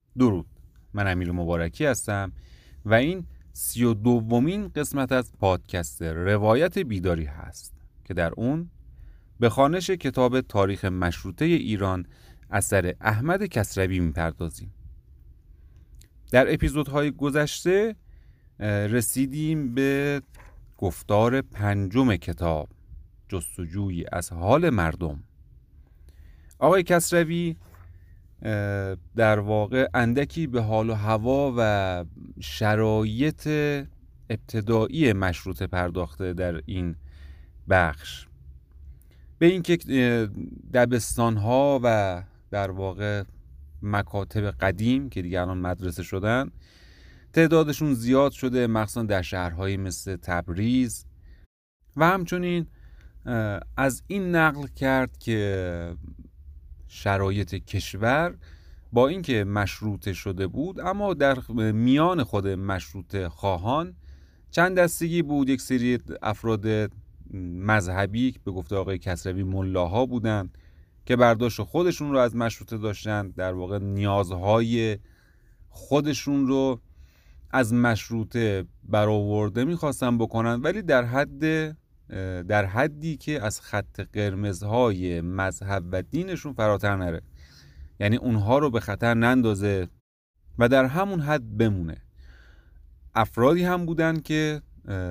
درود، من امیر مبارکی هستم و این 32مین قسمت از پادکست روایت بیداری هست که در اون به خوانش کتاب تاریخ مشروطه ایران اثر احمد کسروی میپردازیم. در اپیزودهای گذشته رسیدیم به گفتار 5 کتاب، جستجویی از حال مردم. آقای کسروی در واقع اندکی به حال و هوا و شرایط ابتدایی مشروطه پرداخته در این بخش، به اینکه دبستان‌ها و در واقع مکاتب قدیم که دیگه الان مدرسه شدن تعدادشون زیاد شده، مخصوصا در شهرهایی مثل تبریز، و همچنین از این نقل کرد که شرایط کشور با اینکه مشروطه شده بود اما در میان خود مشروطه خواهان چند دستگی بود. یک سری افراد مذهبی به گفته آقای کسروی ملاها بودن که برداشت خودشون رو از مشروطه داشتن، در واقع نیازهای خودشون رو از مشروطه برآورده میخواستن بکنن، ولی در حدی که از خط قرمزهای مذهب و دینشون فراتر نره، یعنی اونها رو به خطر نندازه و در همون حد بمونه. افرادی هم بودن که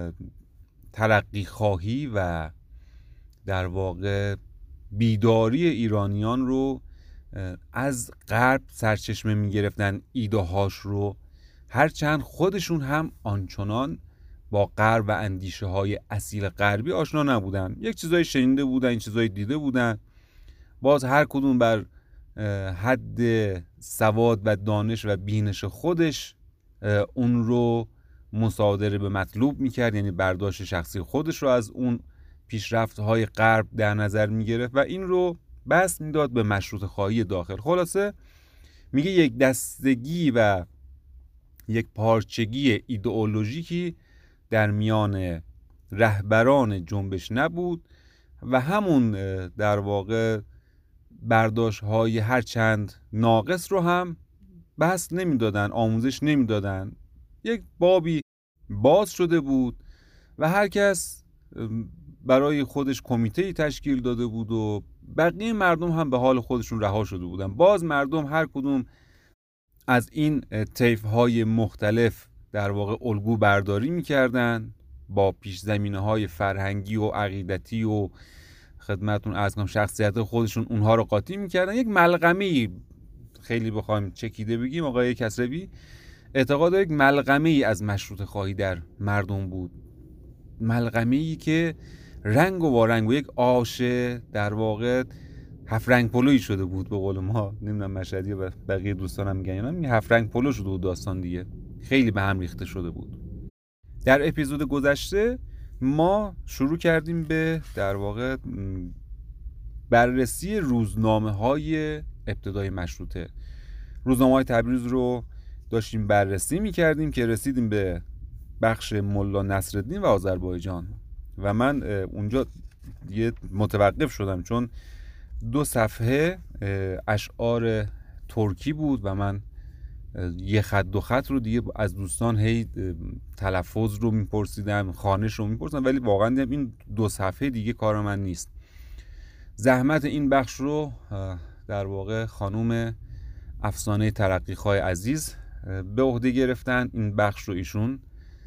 ترقی خواهی و در واقع بیداری ایرانیان رو از غرب سرچشمه میگرفتن، ایده هاش رو، هرچند خودشون هم آنچنان با غرب و اندیشه های اصیل غربی آشنا نبودن. یک چیزای شنیده بودن، این چیزای دیده بودن، باز هر کدوم بر حد سواد و دانش و بینش خودش اون رو مصادره به مطلوب میکرد، یعنی برداشت شخصی خودش رو از اون پیشرفت‌های غرب در نظر میگرفت و این رو بس میداد به مشروطه خواهی داخل. خلاصه میگه یک دستگی و یک پارچگی ایدئولوژیکی در میان رهبران جنبش نبود و همون در واقع برداشت‌های هر چند ناقص رو هم بحث نمیدادن، آموزش نمیدادن. یک بابی باز شده بود و هر کس برای خودش کمیته‌ای تشکیل داده بود و بقیه مردم هم به حال خودشون رها شده بودن. باز مردم هر کدوم از این طیف‌های مختلف در واقع الگو برداری می‌کردن، با پیش زمینه‌های فرهنگی و عقیدتی و خدمتون عرض کنم شخصیت خودشون اونها رو قاطی می‌کردن. یک ملغمه‌ای، خیلی بخوایم چکیده بگیم، آقای کسروی اعتقاد داره یک ملغمه‌ای از مشروطه خواهی در مردم بود، ملغمه‌ای که رنگ و وارنگ و یک آش در واقع 7 رنگ پلویی شده بود، به قول ما، نمیدونم مشهدی و بقیه دوستانم میگن اینا، میگه 7 رنگ پلو شده بود داستان دیگه، خیلی به هم ریخته شده بود. در اپیزود گذشته ما شروع کردیم به در واقع بررسی روزنامه‌های ابتدای مشروطه. روزنامه‌های تبریز رو داشتیم بررسی می‌کردیم که رسیدیم به بخش ملا نصرالدین و آذربایجان و من اونجا دیگه متوقف شدم چون 2 صفحه اشعار ترکی بود و من یه خط 2 خط رو دیگه از دوستان هی تلفظ رو میپرسیدم، خوانش رو میپرسیدم، ولی واقعا دیدم این 2 صفحه دیگه کار من نیست. زحمت این بخش رو در واقع خانوم افسانه ترقیخواه عزیز به عهده گرفتن. این بخش رو ایشون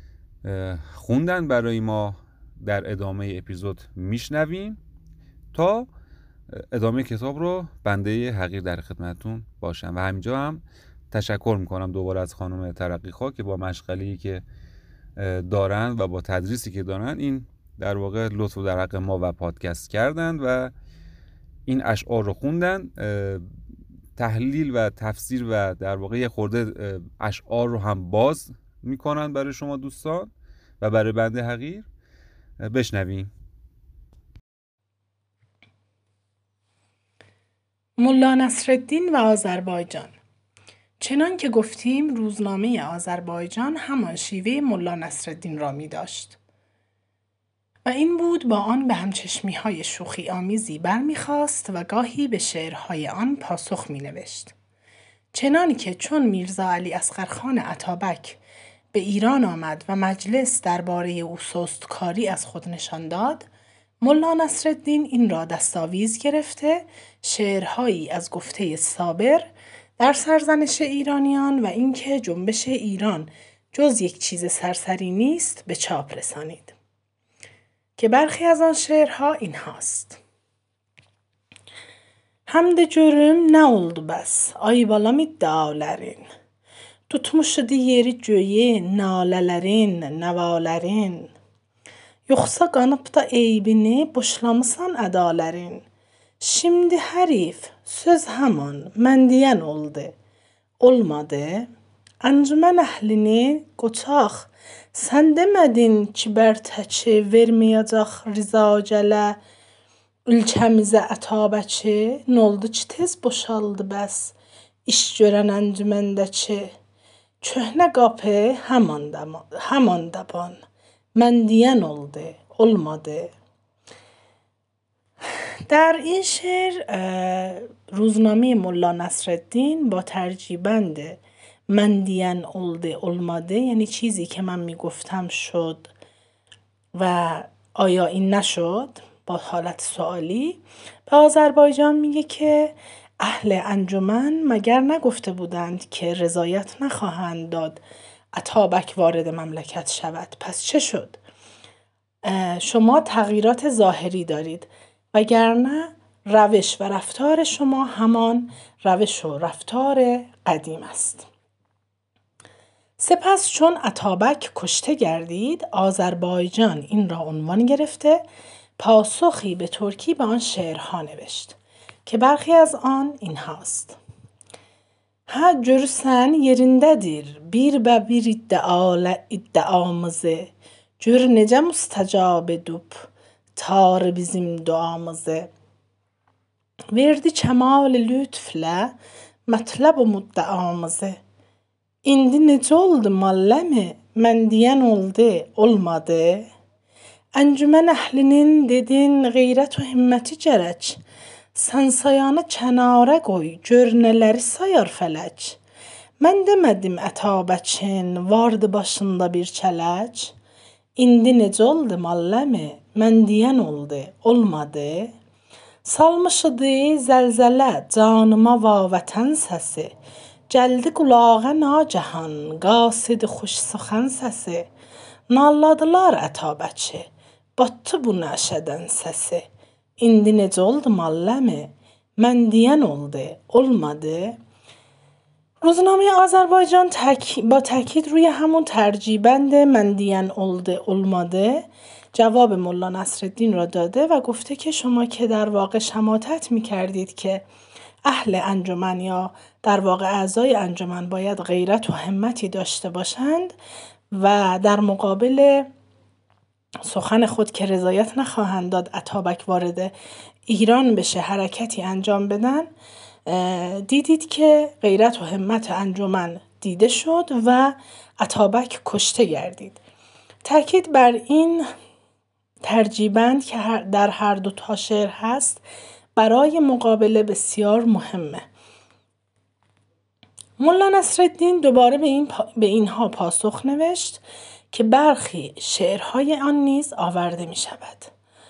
خوندن برای ما، در ادامه اپیزود میشنویم. تا ادامه کتاب رو بنده حقیر در خدمتون باشم و همینجا هم تشکر میکنم دوباره از خانم ترقیخواه که با مشغله‌ای که دارن و با تدریسی که دارن این در واقع لطف در حق ما و پادکست کردن و این اشعار رو خوندن. تحلیل و تفسیر و در واقع یه خورده اشعار رو هم باز میکنن برای شما دوستان و برای بنده حقیر. بشنویم. ملا نصرالدین و آذربایجان. چنان که گفتیم روزنامه آذربایجان همان شیوه ملا نصرالدین را می داشت و این بود با آن به همچشمی‌های شوخی آمیزی برمی‌خاست و گاهی به شعرهای آن پاسخ می‌نوشت. چنان که چون میرزا علی اصغرخان اتابک به ایران آمد و مجلس درباره او سستکاری از خود نشان داد، ملا نصرالدین این را دستاویز گرفته شعرهایی از گفته صابر در سرزنش ایرانیان و اینکه جنبش ایران جز یک چیز سرسری نیست به چاپ رسانید که برخی از آن شعرها این هاست: Həmdə görüm nə oldu bəs, ay balam iddialərin, tutmuşdu yeri göyü nalələrin, nəvələrin, yoxsa qanıb da eybini boşlamısan ədələrin, şimdi hərif söz həman mən deyən oldu, olmadı, əncümən əhlini qoçaq, sən demədin ki bərtəki verməyəcək rizagələ, ülkəmizə ətabəki, n'oldu ki tez boşaldı bəs, iş görən əncüməndəki, köhnə qapı həman daban, mən deyən oldu, olmadı. در این شعر روزنامه ملا نصرالدین با ترجیبند من دیان oldu olmadı، یعنی چیزی که من میگفتم شد و آیا این نشد، با حالت سوالی به آذربایجان میگه که اهل انجمن مگر نگفته بودند که رضایت نخواهند داد اتابک وارد مملکت شود، پس چه شد؟ شما تغییرات ظاهری دارید وگرنه روش و رفتار شما همان روش و رفتار قدیم است. سپس چون اتابک کشته گردید، آذربایجان این را عنوان گرفته پاسخی به ترکی به آن شعرها نوشت که برخی از آن این هاست: Ha görürsən yerindədir bir bə bir iddiamızı, gör necə müstəcab edib tar bizim duamızı, verdi kəmal lütflə mətləb و müddaamızı, indi necə oldu malləmi, mən deyən oldu, olmadı. Əncümən əhlinin dedin qeyrət و himməti gərək, sən sayanı kənara qoy, gör nələri sayar fələk. Mən demədim ətabəkin vardı başında bir kələk, indi necə oldu malləmi, mən deyən oldu, olmadı. Salmışıdı zəlzələ canıma va vətən səsi, gəldi qulağa nagəhan qasid xoş suxən səsi, nalladılar ətabəki, batdı bu nəşədən səsi, indi necə oldu malləmi, mən deyən oldu, olmadı. روزنامه آذربایجان با تاکید روی همون ترجیبند من دیان oldu olmadı جواب ملا نصرالدین را داده و گفته که شما که در واقع شماتت می کردید که اهل انجمن یا در واقع اعضای انجمن باید غیرت و همتی داشته باشند و در مقابل سخن خود که رضایت نخواهند داد اتابک وارد ایران بشه حرکتی انجام بدن، دیدید که غیرت و همت انجمن دیده شد و اتابک کشته گردید. تاکید بر این ترجیبند که در هر دو تا شعر هست برای مقابله بسیار مهمه. ملا نصرالدین دوباره به اینها پاسخ نوشت که برخی شعرهای آن نیز آورده می شود.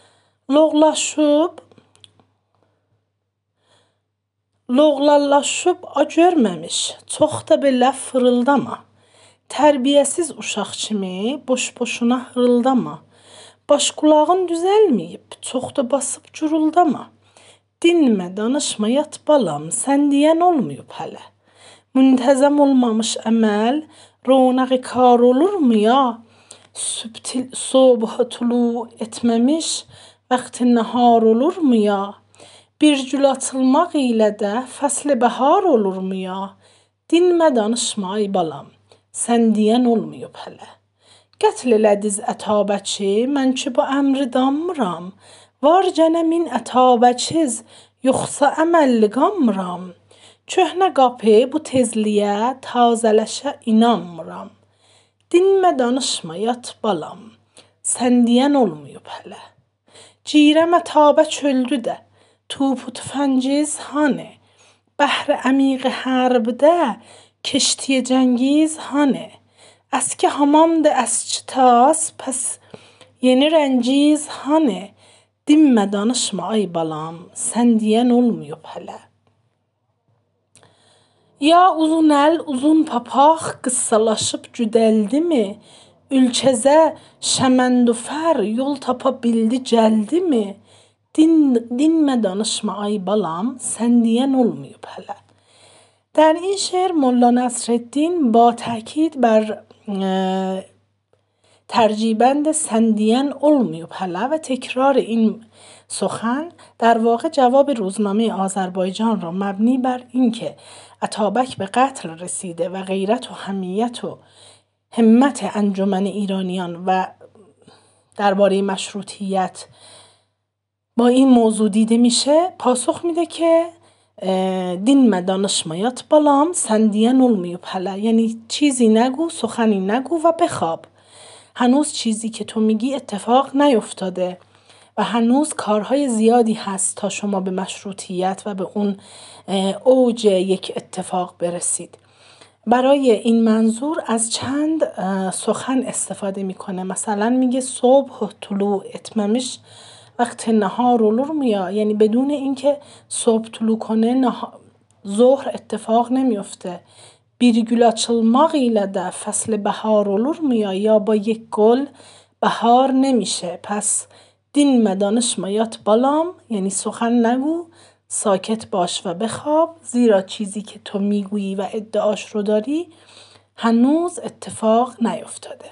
Loğlallaşıb a görməmiş, çox da belə fırıldama. Tərbiyəsiz uşaq kimi boş-boşuna hırıldama. Baş qulağın düzəlməyib, çox da basıb guruldama. Dinmə, danışma, yat balam, sən deyən olmayıb hələ. Müntəzəm olmamış əməl, ronaqı kar olurmu ya? Sobha tulu etməmiş, vaxtı nahar olurmu ya? Bir gül atılmaq ilə də fəsl bəhar olurmu ya? Dinmə, danışma ay balam, sən deyən olmayıb hələ. Qətl elədiz ətabəki, mən ki bu əmri danmıram. Var gənə min ətabəkiz, yoxsa əməlli qanmıram. Köhnə qapı bu tezliyə, tazələşə inanmıram. Dinmə, danışma, yat balam, sən deyən olmayıb hələ. Girəm ətabək öldü də, توپ و تفنگیز هانه بحر عمیق حرب ده کشتی جنگیز هانه. از که hamam de az çıtas pes yeni rengiz hane. Dinme danışma ay balam sen diyen olmuyor hele. Ya uzun el uzun papaq qıssalaşıb cüdəldi mi? Ülkəzə şəməndufer yol tapa bildi gəldi mi? Dinme danışma ay balam sen diyen olmuyor hele. در این شعر ملا نصرالدین با تاکید بر ترجیبند سندیان olmuyor hele و تکرار این سخن در واقع جواب روزنامه آذربایجان را مبنی بر اینکه اتابک به قتل رسیده و غیرت و حمیت و همت انجمن ایرانیان و درباره مشروطیت با این موضوع دیده میشه، پاسخ میده که dinme danışmayat balam sen diyen olmuyor hele. یعنی چیزی نگو، سخنی نگو و بخواب. هنوز چیزی که تو میگی اتفاق نیفتاده و هنوز کارهای زیادی هست تا شما به مشروطیت و به اون اوج یک اتفاق برسید. برای این منظور از چند سخن استفاده میکنه. مثلا میگه صبح طلوع etmemiş وقت نهار olur mu ya؟ یعنی بدون اینکه صبح طلوع کنه ظهر اتفاق نمیفته. Bir gül açılmaq ile de فصل بهار olur mu ya؟ یا با یک گل بهار نمیشه. پس dinme danışmayat balam یعنی سخن نگو، ساکت باش و بخواب، زیرا چیزی که تو میگویی و ادعاش رو داری هنوز اتفاق نیفتاده.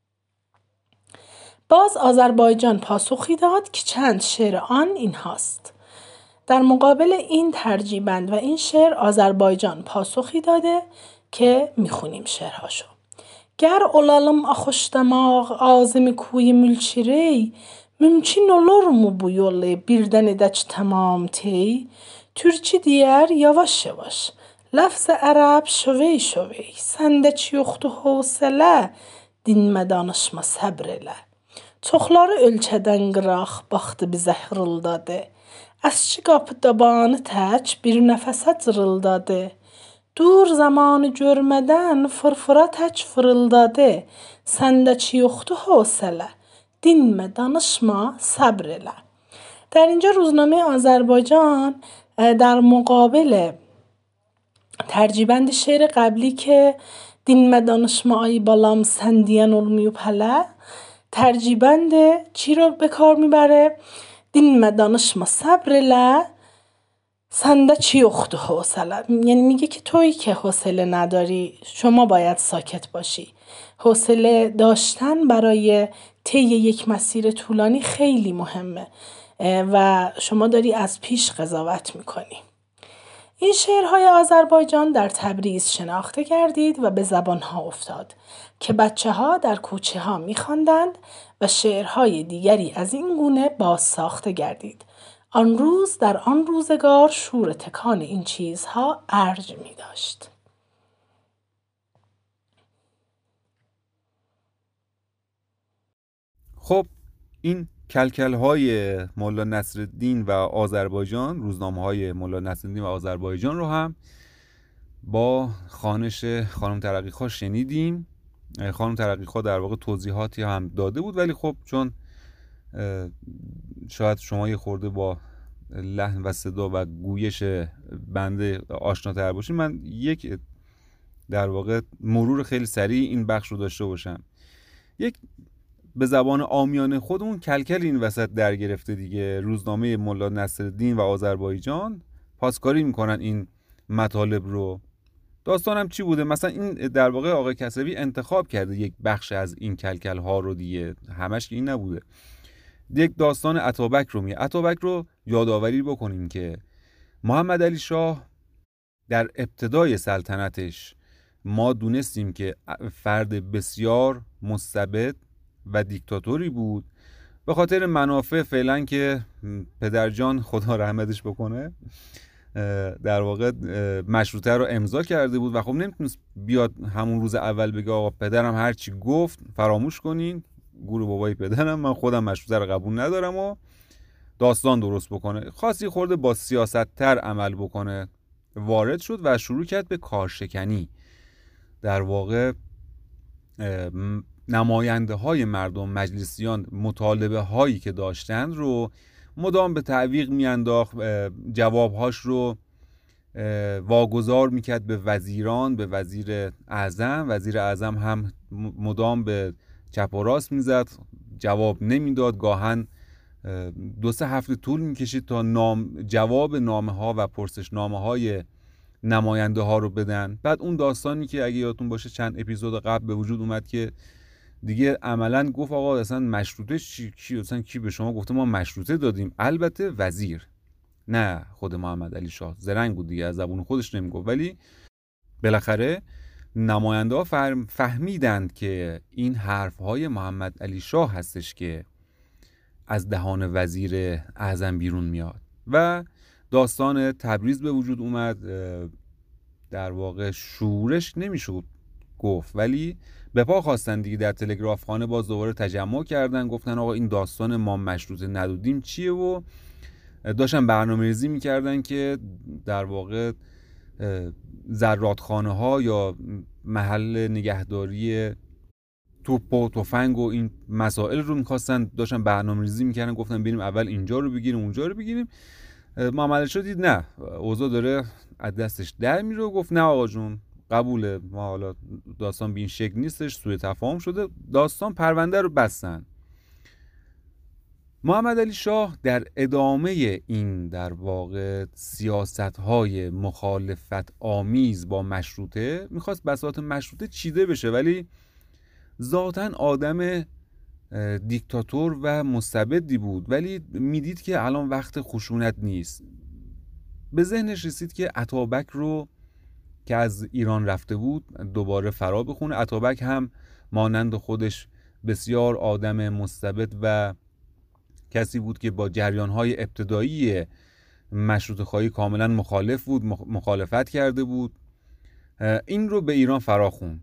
باز آذربایجان پاسخی داد که چند شعر آن این هاست. در مقابل این ترجیبند و این شعر آذربایجان پاسخی داده که میخونیم شعرهاشو. گر olalım ahoşdamaq azimi kuyi mülçirey mümkün olur mu bu yolu birden edək tamam tey Türkçe diyer yavaş yavaş lafz Arap şövey şövey səndəç yoxdu hövsələ dinmə danışma səbr elə Çoxları ölkədən qıraq baxdı bizə hırıldadı Əşçi qapı dabanı tək bir nəfəsə cırıldadı Dur zamanı görmədən fırfıra tək fırıldadı Səndəç yoxdu hövsələ dinmə danışma صبر elə. در اینجا روزنامه آذربایجان در مقابل ترجیبند شعر قبلی که dinmə danışma ay balam sən deyən olmayıb hələ ترجیبند چی رو به کار میبره؟ dinmə danışma صبر elə سنده چی yoxdu حوصله. یعنی میگه که تویی که حوصله نداری شما باید ساکت باشی. حوصله داشتن برای طی یک مسیر طولانی خیلی مهمه و شما داری از پیش قضاوت میکنی. این شعرهای آذربایجان در تبریز شناخته گردید و به زبانها افتاد که بچه ها در کوچه ها میخواندند و شعرهای دیگری از این گونه باز ساخته گردید. آن روز در آن روزگار شور تکان این چیزها ارج می داشت. خب این کلکل‌های مولا نصرالدین و آذربایجان، روزنامه‌های مولا نصرالدین و آذربایجان رو هم با خوانش خانم ترقی‌خواه شنیدیم. خانم ترقی‌خواه در واقع توضیحاتی هم داده بود، ولی خب چون شاید شما یه خورده با لحن و صدا و گویش بنده آشناتر باشین، من یک در واقع مرور خیلی سریع این بخش رو داشته باشم. یک به زبان عامیانه خودمون کلکل این وسط در گرفته دیگه. روزنامه مولا نصرالدین و آذربایجان پاسکاری میکنن این مطالب رو. داستانم چی بوده؟ مثلا این در واقع آقای کسروی انتخاب کرده یک بخش از این کلکل ها رو دیگه، همش که این نبوده. یک داستان اتابک رو میگه. اتابک رو یادآوری بکنیم که محمد علی شاه در ابتدای سلطنتش ما دونستیم که فرد بسیار مستبد و دیکتاتوری بود. به خاطر منافع فعلا که پدرجان خدا رحمتش بکنه در واقع مشروطه رو امضا کرده بود و خب نمیتونست بیاد همون روز اول بگه آقا پدرم هر چی گفت فراموش کنین، گور بابای پدرم، من خودم مشروطه رو قبول ندارم و داستان درست بکنه. خاصی خورده با سیاست تر عمل بکنه وارد شد و شروع کرد به کارشکنی. در واقع نماینده های مردم، مجلسیان، مطالبه هایی که داشتند رو مدام به تعویق میانداخت، جوابهاش رو واگذار میکرد به وزیران، به وزیر اعظم هم مدام به چپ و راست میزد، جواب نمیداد. گاهن 2-3 هفته طول میکشید تا جواب نامه ها و پرسش نامه های نماینده ها رو بدن. بعد اون داستانی که اگه یادتون باشه چند اپیزود قبل به وجود اومد که دیگه عملاً گفت آقا اصلا مشروطه کی به شما گفته ما مشروطه دادیم؟ البته وزیر، نه خود محمد علی شاه، زرنگ بود دیگه، از زبون خودش نمیگفت. ولی بالاخره نماینده ها فهمیدند که این حرفهای محمد علی شاه هستش که از دهان وزیر اعظم بیرون میاد و داستان تبریز به وجود اومد. در واقع شورش نمیشد گفت، ولی به پا خواستن دیگه. در تلگراف خانه باز دوباره تجمع کردن، گفتن آقا این داستان ما مشروطه ندادیم چیه، و داشتن برنامه‌ریزی میکردن که در واقع زرادخانه ها یا محل نگهداری توپ و تفنگ و این مسائل رو میخواستن، داشتن برنامه‌ریزی میکردن، گفتن بریم اول اینجا رو بگیریم اونجا رو بگیریم. محمد علی شاه دید نه اوضاع داره از دستش در میره و گفت نه آقا جون قبوله، ما حالا داستان به این شکل نیستش، سوء تفاهم شده. داستان پرونده رو بستن. محمد علی شاه در ادامه این در واقع سیاست‌های مخالفت آمیز با مشروطه میخواست بساط مشروطه چیده بشه، ولی ذاتاً آدم دیکتاتور و مستبدی بود، ولی میدید که الان وقت خشونت نیست. به ذهنش رسید که اتابک رو که از ایران رفته بود دوباره فرا بخونه. اتابک هم مانند خودش بسیار آدم مستبد و کسی بود که با جریان‌های ابتدایی مشروطه خواهی کاملا مخالف بود، مخالفت کرده بود. این رو به ایران فرا خوند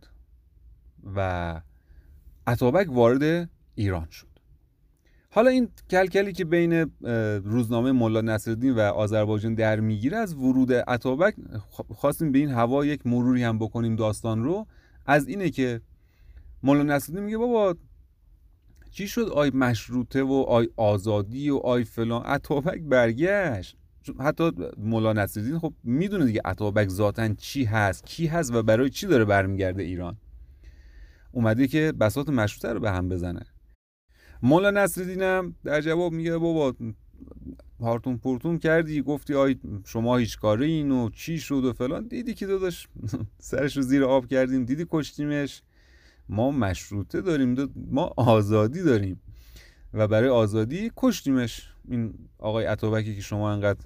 و اتابک وارد ایران شد. حالا این کلکلی که بین روزنامه ملا نصرالدین و آذربایجان در میگیره از ورود اتابک، خواستیم به این هوا یک مروری هم بکنیم داستان رو. از اینه که ملا نصرالدین میگه بابا چی شد آی مشروطه و آی آزادی و آی فلان. اتابک برگشت. حتی ملا نصرالدین خب میدونه دیگه اتابک ذاتاً چی هست، کی هست و برای چی داره برمیگرده ایران. اومده که بساط مشروطه رو به هم بزنه. مولا نصرالدین هم در جواب میگه بابا هارتون پورتون کردی، گفتی آی شما هیچ کاره این و چی شد و فلان. دیدی که داداش سرش رو زیر آب کردیم، دیدی کشتیمش. ما مشروطه داریم، ما آزادی داریم و برای آزادی کشتیمش. این آقای اتابکی که شما انقدر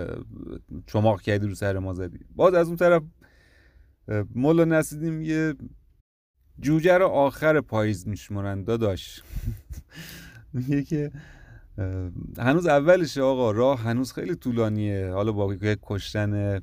چماق کردی رو سر ما زدی. باز از اون طرف مولا نصرالدین میگه جوجه رو آخر پاییز میشمرن داداش. میگه که هنوز اولشه آقا، راه هنوز خیلی طولانیه، حالا با کشتن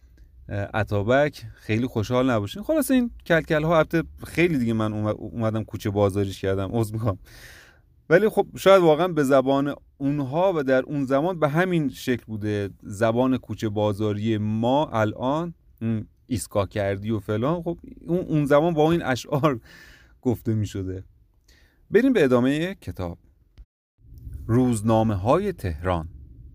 اتابک خیلی خوشحال نباشین. خلاص این کلکل ها البته خیلی دیگه من اومدم کوچه بازاریش کردم، عذر میخوام، ولی خب شاید واقعا به زبان اونها و در اون زمان به همین شکل بوده. زبان کوچه بازاری ما الان ایسکا کردی و فلان، خب اون زمان با این اشعار گفته می شده. بریم به ادامه کتاب. روزنامه های تهران.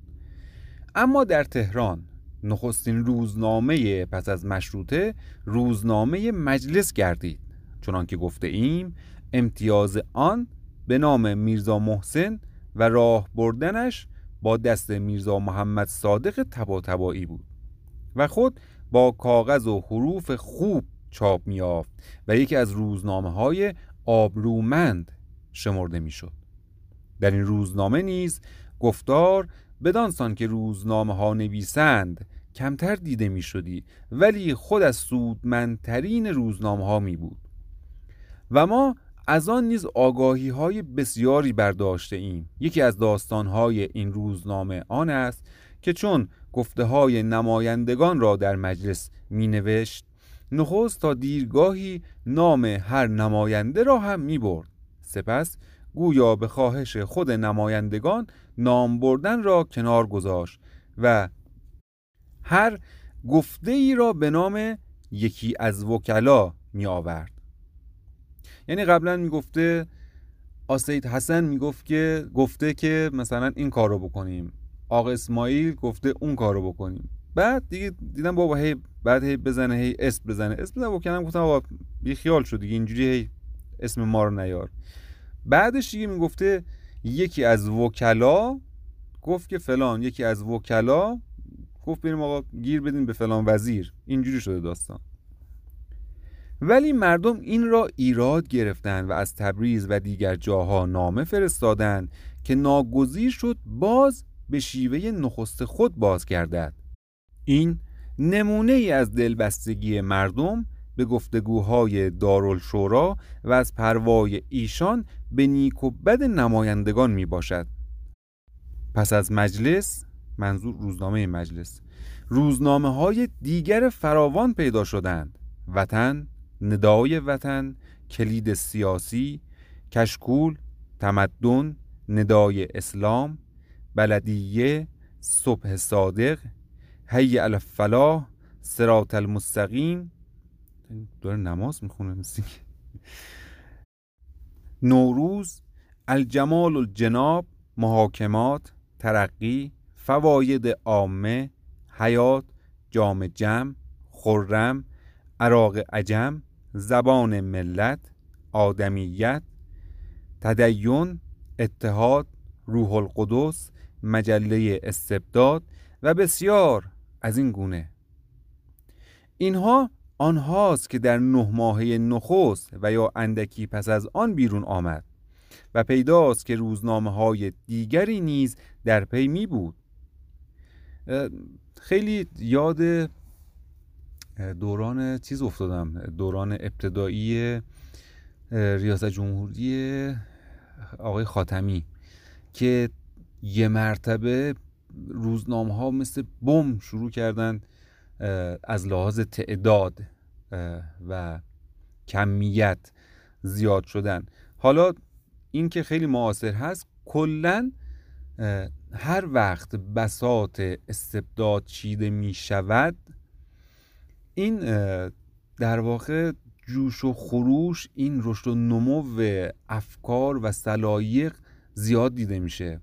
اما در تهران نخستین روزنامه پس از مشروطه روزنامه مجلس گردید، چنان که گفته ایم امتیاز آن به نام میرزا محسن و راه بردنش با دست میرزا محمد صادق طباطبایی بود و خود با کاغذ و حروف خوب چاپ می‌یافت و یکی از روزنامه‌های آبرومند شمرده می‌شد. در این روزنامه نیز گفتار بدانسان که روزنامه‌ها نویسند کمتر دیده می‌شدی، ولی خود از سودمندترین روزنامه‌ها می بود و ما از آن نیز آگاهی‌های بسیاری برداشته ایم. یکی از داستان‌های این روزنامه آن است که چون گفته‌های نمایندگان را در مجلس می‌نوشت، نخست تا دیرگاهی نام هر نماینده را هم می‌برد، سپس گویا به خواهش خود نمایندگان نام بردن را کنار گذاشت و هر گفته ای را به نام یکی از وکلا می آورد. یعنی قبلا می گفته آسید حسن می گفته که مثلا این کارو بکنیم، آقا اسماعیل گفته اون کارو بکنیم. بعد دیگه دیدم بابا بعد بزنه اسم بزنه وکلا، گفتم بابا بی خیال شد دیگه، اینجوری اسم ما رو نیار. بعدش دیگه می گفته یکی از وکلا گفت که فلان، یکی از وکلا گفت بریم آقا گیر بدین به فلان وزیر. اینجوری شده داستان. ولی مردم این را ایراد گرفتند و از تبریز و دیگر جاها نامه فرستادند که ناگزیر شد باز به شیوه نخست خود باز گردد. این نمونه ای از دلبستگی مردم به گفتگوهای دارالشورا و از پروای ایشان به نیک و بد نمایندگان می باشد. پس از مجلس، منظور روزنامه مجلس، روزنامه های دیگر فراوان پیدا شدند: وطن، ندای وطن، کلید سیاسی، کشکول، تمدن، ندای اسلام، بلدیه، صبح صادق، حی علی الفلاح، صراط المستقیم. داره نماز میخونه مثل نوروز، الجمال الجناب، محاکمات، ترقی، فواید عامه، حیات، جام جم، خرم، عراق عجم، زبان ملت، آدمیت، تدین، اتحاد، روح القدس، مجله استبداد و بسیار از این گونه. اینها آنهاست که در 9 ماهه نخست و یا اندکی پس از آن بیرون آمد و پیداست که روزنامه های دیگری نیز در پی می بود. خیلی یاد دوران افتادم، دوران ابتدایی ریاست جمهوری آقای خاتمی که یه مرتبه روزنامه ها مثل بم شروع کردن از لحاظ تعداد و کمیت زیاد شدن. حالا این که خیلی معاصر هست، کلن هر وقت بساط استبداد چیده می شود، این در واقع جوش و خروش، این رشد و نمو افکار و سلایق زیاد دیده میشه.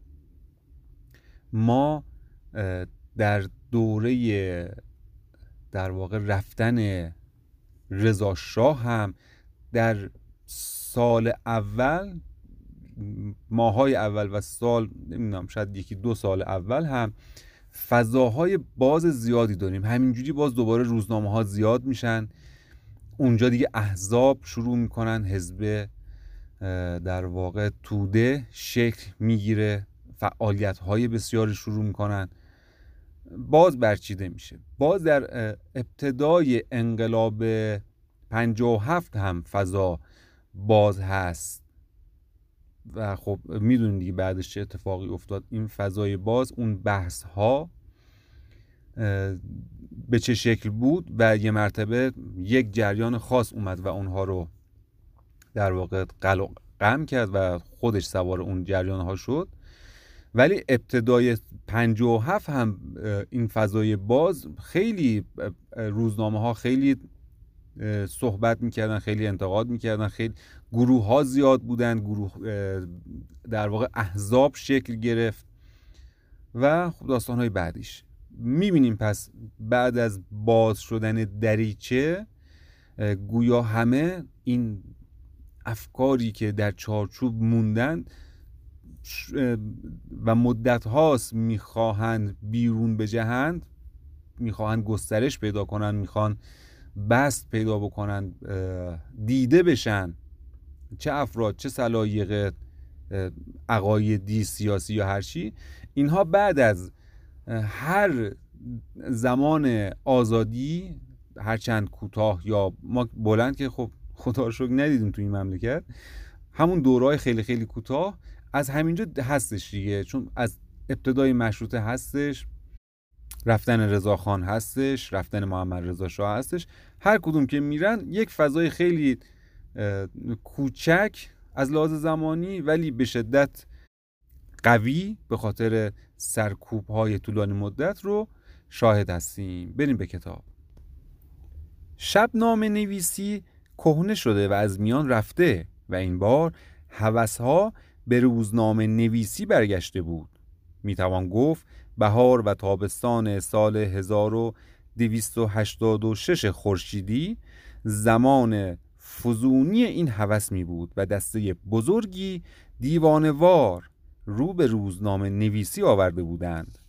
ما در دوره در واقع رفتن رضا شاه هم در سال اول، ماهای اول و سال نمیدونم شاید 1-2 سال اول هم فضاهای باز زیادی داریم. همینجوری باز دوباره روزنامه ها زیاد میشن، اونجا دیگه احزاب شروع میکنن، حزب در واقع توده شکل میگیره، فعالیت های بسیاری شروع میکنن، باز برچیده میشه. باز در ابتدای انقلاب 57 هم فضا باز هست و خب میدونید دیگه بعدش چه اتفاقی افتاد. این فضای باز، اون بحث ها به چه شکل بود و یه مرتبه یک جریان خاص اومد و اونها رو در واقع قلقم کرد و خودش سوار اون جریان ها شد. ولی ابتدای 57 هم این فضای باز خیلی روزنامه ها خیلی صحبت میکردن، خیلی انتقاد میکردن، خیلی گروه ها زیاد بودن، گروه در واقع احزاب شکل گرفت و خب داستان های بعدیش میبینیم. پس بعد از باز شدن دریچه، گویا همه این افکاری که در چارچوب موندن و مدت هاست میخواهند بیرون بجهند، میخواهند گسترش پیدا کنن، میخوان بست پیدا بکنن، دیده بشن، چه افراد، چه سلایق عقایدی، سیاسی یا هر چی، اینها بعد از هر زمان آزادی، هرچند کوتاه یا ما بلند که خب خدا رو شکر ندیدیم تو این مملکت، همون دورهای خیلی خیلی کوتاه از همینجا هستش دیگه، چون از ابتدای مشروطه هستش، رفتن رضاخان هستش، رفتن محمد رضا شاه هستش، هر کدوم که میرن یک فضای خیلی کوچک از لحاظ زمانی ولی به شدت قوی به خاطر سرکوب‌های طولانی مدت رو شاهد هستیم. بریم به کتاب. شبنامه نویسی کهنه شده و از میان رفته و این بار هوس‌ها به روزنامه نویسی برگشته بود. میتوان گفت بهار و تابستان سال 1286 خورشیدی زمان فزونی این هوس می بود و دسته بزرگی دیوانه‌وار رو به روزنامه نویسی آورده بودند.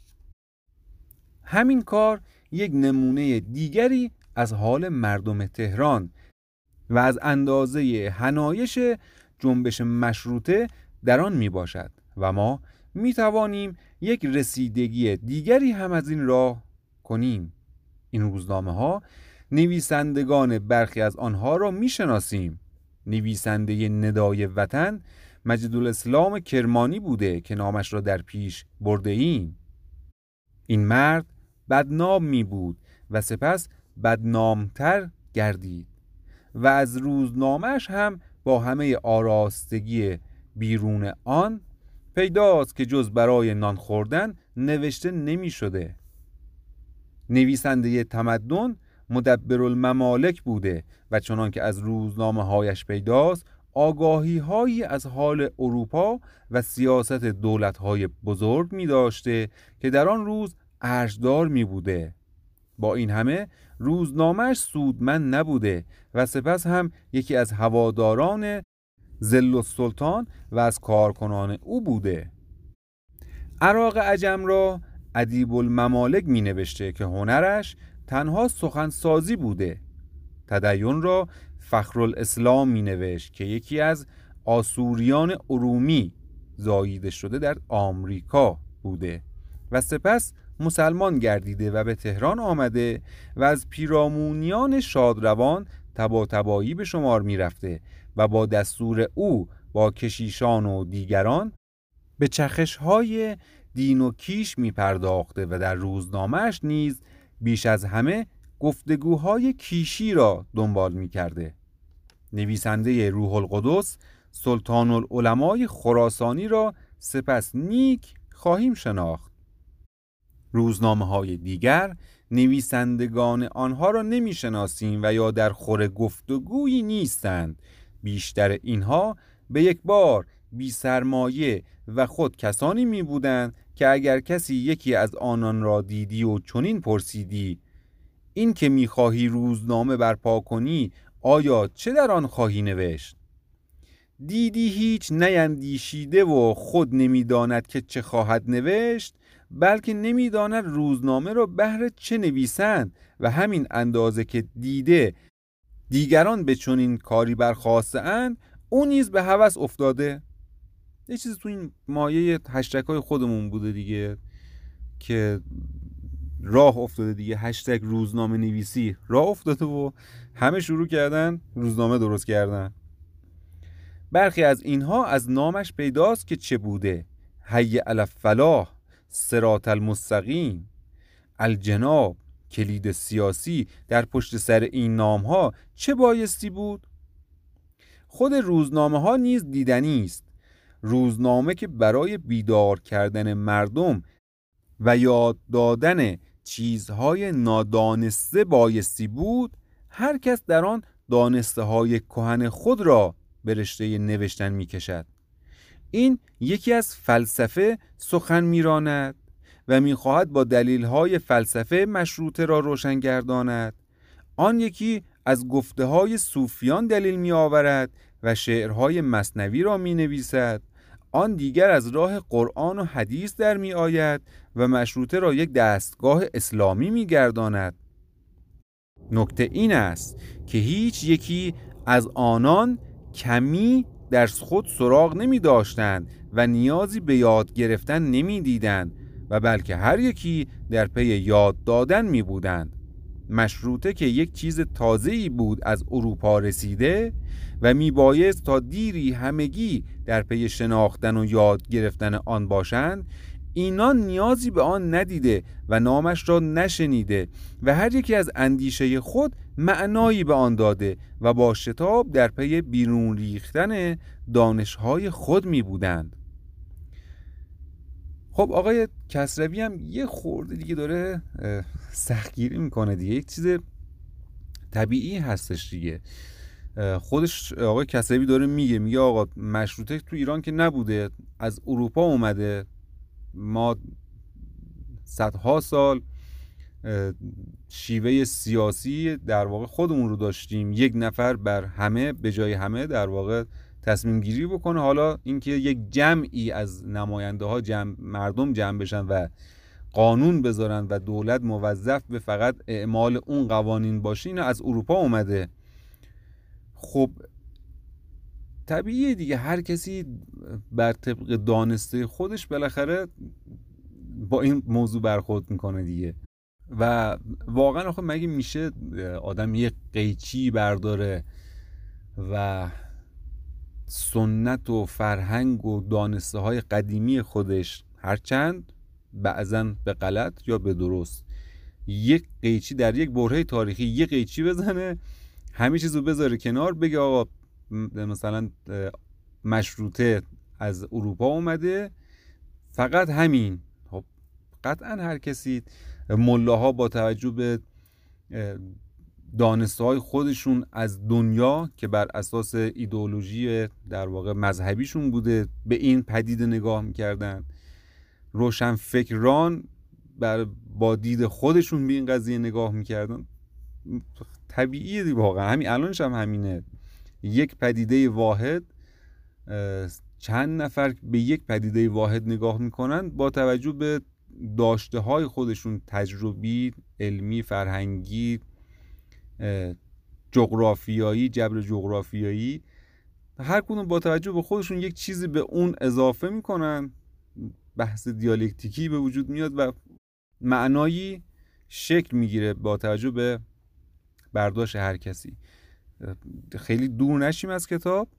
همین کار یک نمونه دیگری از حال مردم تهران و از اندازه حنایش جنبش مشروطه در آن می باشد و ما می توانیم یک رسیدگی دیگری هم از این راه کنیم. این روزنامه ها نویسندگان برخی از آنها را می شناسیم. نویسنده ندای وطن مجدالاسلام کرمانی بوده که نامش را در پیش برده ایم. این مرد بدنام می بود و سپس بدنامتر گردید و از روزنامه‌اش هم با همه آراستگی بیرون آن پیداست که جز برای نان خوردن نوشته نمی شده. نویسنده تمدن مدبرالممالک بوده و چنان که از روزنامه هایش پیداست آگاهی هایی از حال اروپا و سیاست دولت های بزرگ می داشته که در آن روز ارجدار می بوده. با این همه روزنامه‌اش سودمند نبوده و سپس هم یکی از هواداران ظل السلطان و از کارکنان او بوده. عراق عجم را ادیب الممالک می نوشته که هنرش تنها سخنسازی بوده. تدین را فخرالاسلام می نوشت که یکی از آسوریان ارومی زاییده شده در آمریکا بوده و سپس مسلمان گردیده و به تهران آمده و از پیرامونیان شادروان طباطبایی به شمار می رفته و با دستور او با کشیشان و دیگران به چخش‌های دین و کیش می پرداخته و در روزنامه‌اش نیز بیش از همه گفتگوهای کیشی را دنبال می کرده. نویسنده روح القدس سلطان العلمای خراسانی را سپس نیک خواهیم شناخت. روزنامه‌های دیگر نویسندگان آنها را نمی شناسیم و یا در خور گفتگویی نیستند. بیشتر اینها به یک بار بی سرمایه و خود کسانی می بودند که اگر کسی یکی از آنان را دیدی و چنین پرسیدی این که می خواهی روزنامه برپا کنی آیا چه در آن خواهی نوشت؟ دیدی هیچ نیندیشیده و خود نمی داند که چه خواهد نوشت، بلکه نمی داند روزنامه را بهر چه نویسند و همین اندازه که دیده دیگران به چنین کاری برخاسته اند او نیز به هوس افتاده. یه چیزی تو این مایه هشتگ‌های خودمون بوده دیگه که راه افتاده دیگه. هشتگ روزنامه نویسی راه افتاده و همه شروع کردن روزنامه درست کردن. برخی از اینها از نامش پیداست که چه بوده: حی علی الفلاح، صراط المستقیم، الجناب، کلید سیاسی. در پشت سر این نامها چه بایستی بود؟ خود روزنامه ها نیز دیدنی است. روزنامه که برای بیدار کردن مردم و یاد دادن چیزهای نادانسته بایستی بود، هر کس در آن دانسته های کهن خود را به رشته نوشتن می کشد. این یکی از فلسفه سخن می راند و می خواهد با دلیل های فلسفه مشروطه را روشن گرداند. آن یکی از گفته های صوفیان دلیل می آورد و شعرهای مثنوی را می نویسد. آن دیگر از راه قرآن و حدیث در می آید و مشروطه را یک دستگاه اسلامی می گرداند. نکته این است که هیچ یکی از آنان کمی در خود سراغ نمی داشتند و نیازی به یاد گرفتن نمی دیدند و بلکه هر یکی در پی یاد دادن می بودند. مشروطه که یک چیز تازه‌ای بود از اروپا رسیده و می بایست تا دیری همگی در پی شناختن و یاد گرفتن آن باشند، اینان نیازی به آن ندیده و نامش را نشنیده و هر یکی از اندیشه خود معنایی به آن داده و با شتاب در پی بیرون ریختن دانش‌های خود می بودند. خب آقای کسروی هم یه خورده دیگه داره سختگیری میکنه دیگه، یک چیز طبیعی هستش دیگه. خودش آقای کسروی داره میگه آقا مشروطه تو ایران که نبوده، از اروپا اومده، ما صدها سال شیوه سیاسی در واقع خودمون رو داشتیم، یک نفر بر همه به جای همه در واقع تصمیم گیری بکنه. حالا اینکه یک جمعی از نماینده ها مردم جمع بشن و قانون بذارن و دولت موظف به فقط اعمال اون قوانین باشه، این از اروپا اومده. خب طبیعیه دیگه، هر کسی بر طبق دانسته خودش بالاخره با این موضوع برخورد میکنه دیگه. و واقعا آخه مگه میشه آدم یه قیچی برداره و سنت و فرهنگ و دانسته های قدیمی خودش، هرچند بعضن به غلط یا به درست، یک قیچی در یک برهه تاریخی یه قیچی بزنه، همه چیزو بذاره کنار، بگه آقا مثلا مشروطه از اروپا اومده، فقط همین. خب قطعا هر کسی، ملاها با توجه به دانسته های خودشون از دنیا که بر اساس ایدئولوژی در واقع مذهبیشون بوده، به این پدیده نگاه میکردن. روشن فکران با دید خودشون به این قضیه نگاه میکردن. طبیعیه دیگه، واقعا همین الانش هم همینه. یک پدیده واحد، چند نفر به یک پدیده واحد نگاه میکنن با توجه به داشته های خودشون، تجربی، علمی، فرهنگی، جغرافیایی، جبر جغرافیایی، هر کدوم با توجه به خودشون یک چیزی به اون اضافه میکنن، بحث دیالکتیکی به وجود میاد و معنایی شکل میگیره با توجه به برداشت هر کسی. خیلی دور نشیم از کتاب.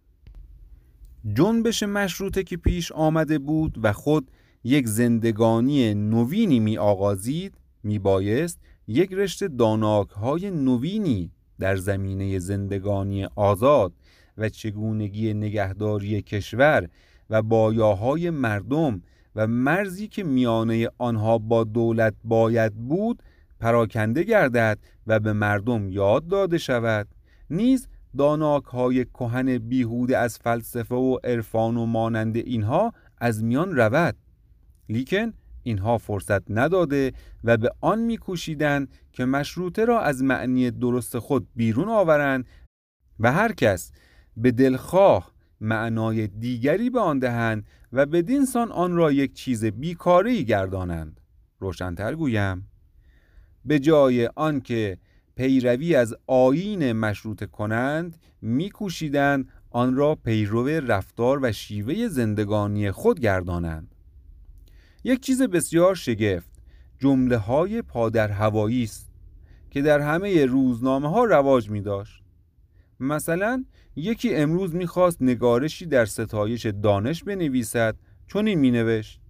جنبش مشروطه که پیش آمده بود و خود یک زندگانی نوینی می آغازید، می بایست یک رشته داناک‌های نوینی در زمینه زندگانی آزاد و چگونگی نگهداری کشور و بایاهای مردم و مرزی که میانه آنها با دولت باید بود پراکنده گردد و به مردم یاد داده شود. نیز داناک‌های کهن بیهوده از فلسفه و عرفان و مانند اینها از میان رود، لیکن اینها فرصت نداده و به آن می‌کوشیدند که مشروطه را از معنی درست خود بیرون آورند و هر کس به دلخواه معنای دیگری به آن دهند و بدین سان آن را یک چیز بیکاری گردانند. روشن‌تر گویم، به جای آن که پیروی از آیین مشروطه کنند، می‌کوشیدند آن را پیرو رفتار و شیوه زندگانی خود گردانند. یک چیز بسیار شگفت جمله‌های پادرهوایی است که در همه روزنامه‌ها رواج می‌داشت. مثلا یکی امروز می‌خواست نگارشی در ستایش دانش بنویسد، چون این می‌نوشت: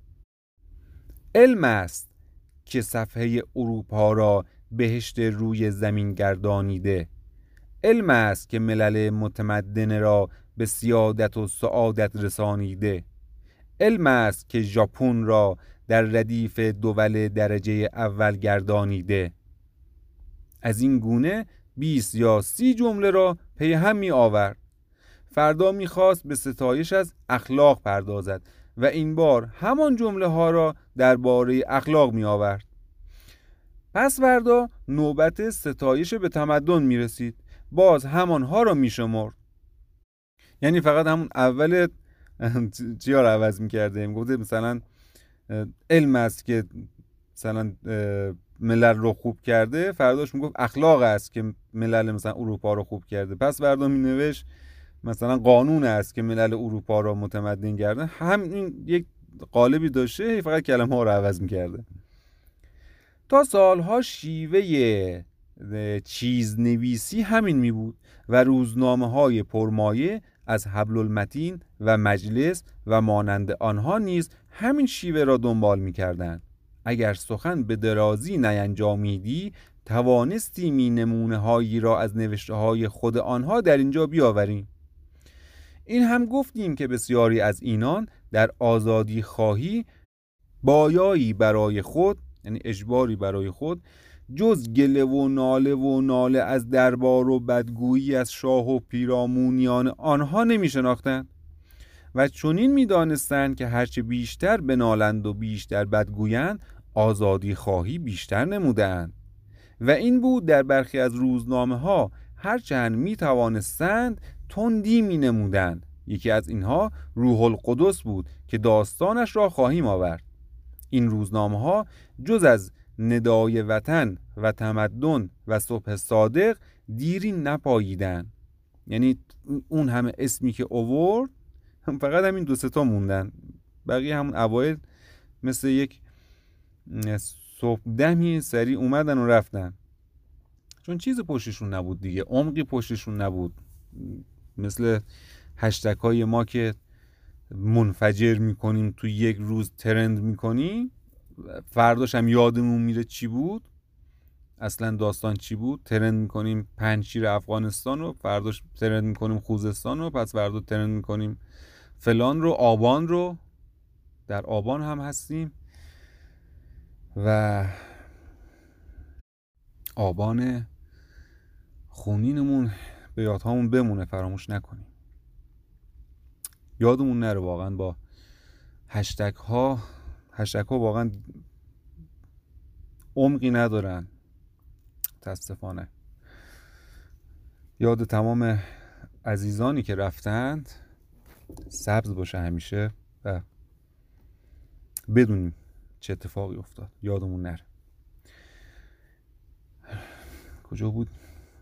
علم است که صفحه اروپا را بهشت روی زمین گردانیده. علم است که ملل متمدن را به سیادت و سعادت رسانیده. علم است که ژاپن را در ردیف دول درجه اول گردانیده. از این گونه 20 یا 30 جمله را پی هم می آورد. فردا می خواست به ستایش از اخلاق پردازد و این بار همان جمله ها را درباره اخلاق می آورد. پس فردا نوبت ستایش به تمدن می رسید، باز همانها را می شمرد. یعنی فقط همون اول چیا را عوض می کرده. می گفته مثلا علم است که مثلا ملل رو خوب کرده، فرداش می گفت اخلاق است که ملل مثلا اروپا رو خوب کرده. پس فردا می نوشت مثلا قانون است که ملل اروپا رو متمدن کرده. همین یک قالبی داشته، فقط کلمه ها رو عوض می کرده. تا سالها شیوه چیزنویسی همین می بود و روزنامه های پرمایه از حبل المتین و مجلس و مانند آنها نیز همین شیوه را دنبال می کردند. اگر سخن به درازی نینجامیدی، توانستیم نمونه هایی را از نوشته های خود آنها در اینجا بیاوریم. این هم گفتیم که بسیاری از اینان در آزادی خواهی بایایی برای خود، یعنی اجباری برای خود، جز گله و ناله از دربار و بدگویی از شاه و پیرامونیان آنها نمی شناختند و چنین می دانستند که هرچه بیشتر بنالند و بیشتر بدگویند آزادی خواهی بیشتر نمودند. و این بود در برخی از روزنامه ها هرچند می توانستند تندی می نمودند. یکی از اینها روح القدس بود که داستانش را خواهیم آورد. این روزنامه ها جز از ندای وطن و تمدن و صبح صادق دیری نپاییدن. یعنی اون همه اسمی که آورد فقط همین 2-3 تا موندن، بقیه همون اوایل مثل یک صبح دمی سریع اومدن و رفتن، چون چیز پشتشون نبود دیگه، عمقی پشتشون نبود. مثل هشتگ های ما که منفجر میکنیم تو یک روز ترند میکنیم، فرداش هم یادمون میره چی بود، اصلا داستان چی بود. ترند میکنیم پنجشیر افغانستان رو، فرداش ترند میکنیم خوزستان رو، پس فردا ترند میکنیم فلان رو، آبان رو، در آبان هم هستیم و آبان خونینمون به یادهامون بمونه، فراموش نکنیم، یادمون نره واقعا با هشتگ ها واقعا عمقی ندارن متاسفانه. یاد تمام عزیزانی که رفتند سبز باشه همیشه و بدونیم چه اتفاقی افتاد، یادمون نره. کجا بود؟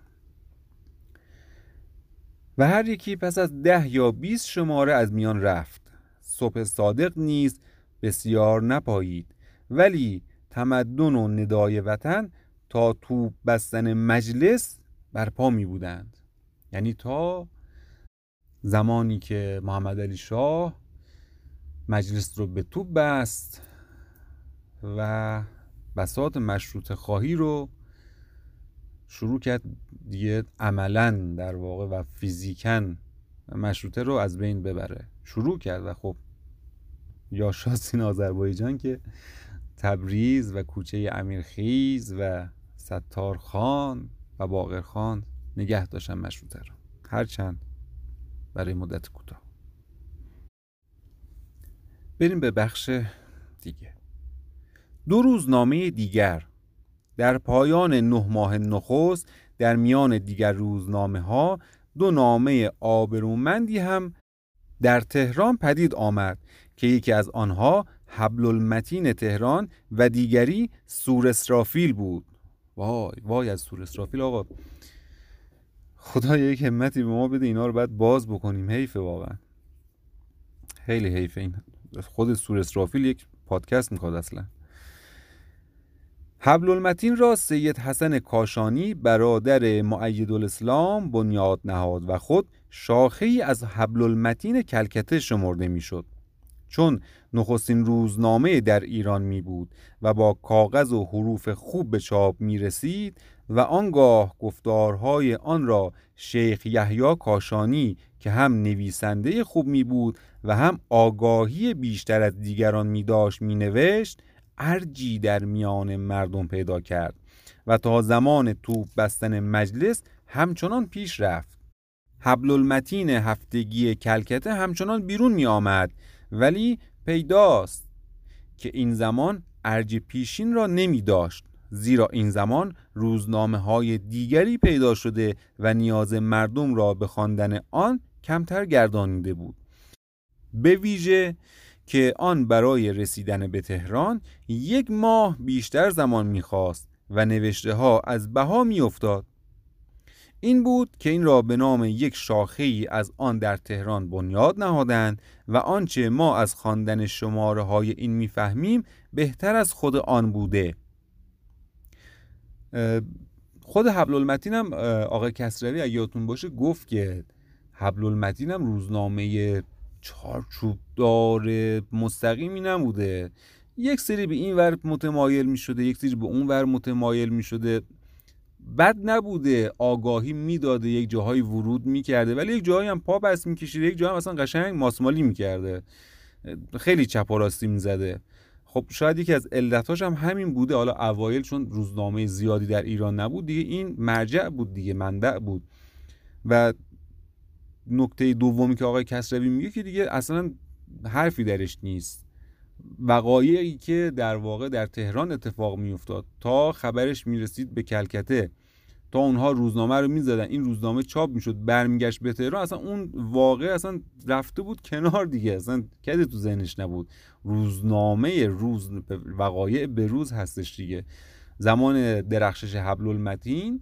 و هر یکی پس از 10 یا 20 شماره از میان رفت. صبح صادق نیز بسیار نپایید، ولی تمدن و ندای وطن تا توپ بستن مجلس برپا می بودند. یعنی تا زمانی که محمد علی شاه مجلس رو به توپ بست و بساط مشروطه خواهی رو شروع کرد دیگه عملاً در واقع و فیزیکاً مشروطه رو از بین ببره، شروع کرد. و خب یا شاسین آذربایجان که تبریز و کوچه امیرخیز و ستارخان و باقرخان نگه داشتن مشروطه رو، هرچند برای مدت کوتاه. بریم به بخش دیگه. 2 روزنامه دیگر در پایان 9 ماه نخست در میان دیگر روزنامه ها 2 نامه آبرومندی هم در تهران پدید آمد که یکی از آنها حبل المتین تهران و دیگری سور اسرافیل بود. وای از سور اسرافیل آقا، خدا یک همتی به ما بده اینا رو بعد باز بکنیم، حیفه واقعا، خیلی حیفه. این خود سور اسرافیل یک پادکست میخواد اصلا. حبل المتین را سید حسن کاشانی برادر مؤیدالاسلام بنیاد نهاد و خود شاخه‌ای از حبل المتین کلکته شمرده میشد، چون نخستین روزنامه در ایران می بود و با کاغذ و حروف خوب به چاپ می رسید و آنگاه گفتارهای آن را شیخ یحیی کاشانی که هم نویسنده خوب می بود و هم آگاهی بیشتر از دیگران می داشت می نوشت، ارجی در میان مردم پیدا کرد و تا زمان توپ بستن مجلس همچنان پیش رفت. حبل المتین هفتگی کلکته همچنان بیرون می آمد، ولی پیداست که این زمان ارج پیشین را نمی داشت، زیرا این زمان روزنامه های دیگری پیدا شده و نیاز مردم را به خواندن آن کمتر گردانیده بود، به ویژه که آن برای رسیدن به تهران 1 ماه بیشتر زمان می‌خواست و نوشته ها از بها می‌افتاد. این بود که این را به نام یک شاخه‌ای از آن در تهران بنیاد نهادند و آنچه ما از خواندن شماره های این می‌فهمیم بهتر از خود آن بوده. خود حبل المتین هم آقای کسروی اگه یادتون باشه گفت که حبل المتین هم روزنامه چارچوب دار مستقیمی نبوده، یک سری به این ور متمایل می شده، یک سری به اون ور متمایل می شده، بد نبوده، آگاهی می داده، یک جاهای ورود می کرده ولی یک جاهایی هم پا بس می کشیده، یک جاها هم اصلا قشنگ ماسمالی می کرده، خیلی چپ و راستی می زده. خب شاید یکی از علتاش هم همین بوده. حالا اوایل چون روزنامه زیادی در ایران نبود دیگه، این مرجع بود دیگه، منبع بود. و نکته دومی که آقای کسروی میگه که دیگه اصلا حرفی درش نیست. وقایعی که در واقع در تهران اتفاق میافتاد تا خبرش میرسید به کلکته، تا اونها روزنامه رو میزدن، این روزنامه چاپ میشد، برمیگشت به تهران، اصلا اون واقع اصلا رفته بود کنار دیگه، اصلا کده تو ذهنش نبود. روزنامه روز وقایع به روز هستش دیگه. زمان درخشش حبل المتین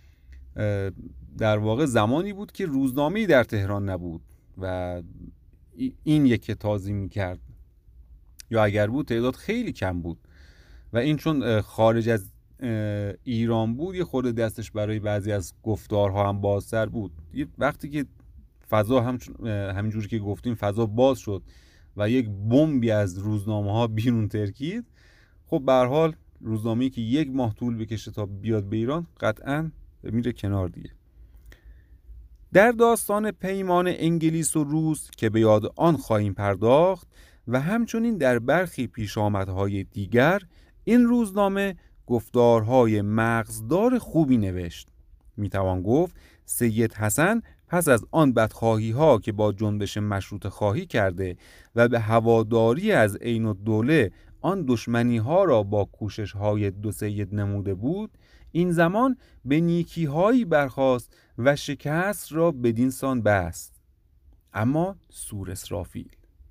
در واقع زمانی بود که روزنامه‌ای در تهران نبود و این یک تازی میکرد، یا اگر بود تعداد خیلی کم بود. و این چون خارج از ایران بود یه خورده دستش برای بعضی از گفتارها هم بازتر بود. وقتی که فضا همینجوری که گفتیم فضا باز شد و یک بمبی از روزنامه ها بیرون ترکید، خب به هر حال روزنامه‌ای که 1 ماه طول بکشه تا بیاد به ایران قطعاً میره کنار دیگه. در داستان پیمان انگلیس و روس که به یاد آن خواهیم پرداخت و همچنین در برخی پیشامدهای دیگر، این روزنامه گفتارهای مغزدار خوبی نوشت. میتوان گفت سید حسن پس از آن بدخواهی ها که با جنبش مشروطه خواهی کرده و به هواداری از عین الدوله آن دشمنی ها را با کوشش های دو سید نموده بود، این زمان به نیکی هایی برخاست و شکست را بدین سان بست. اما سور اسرافیل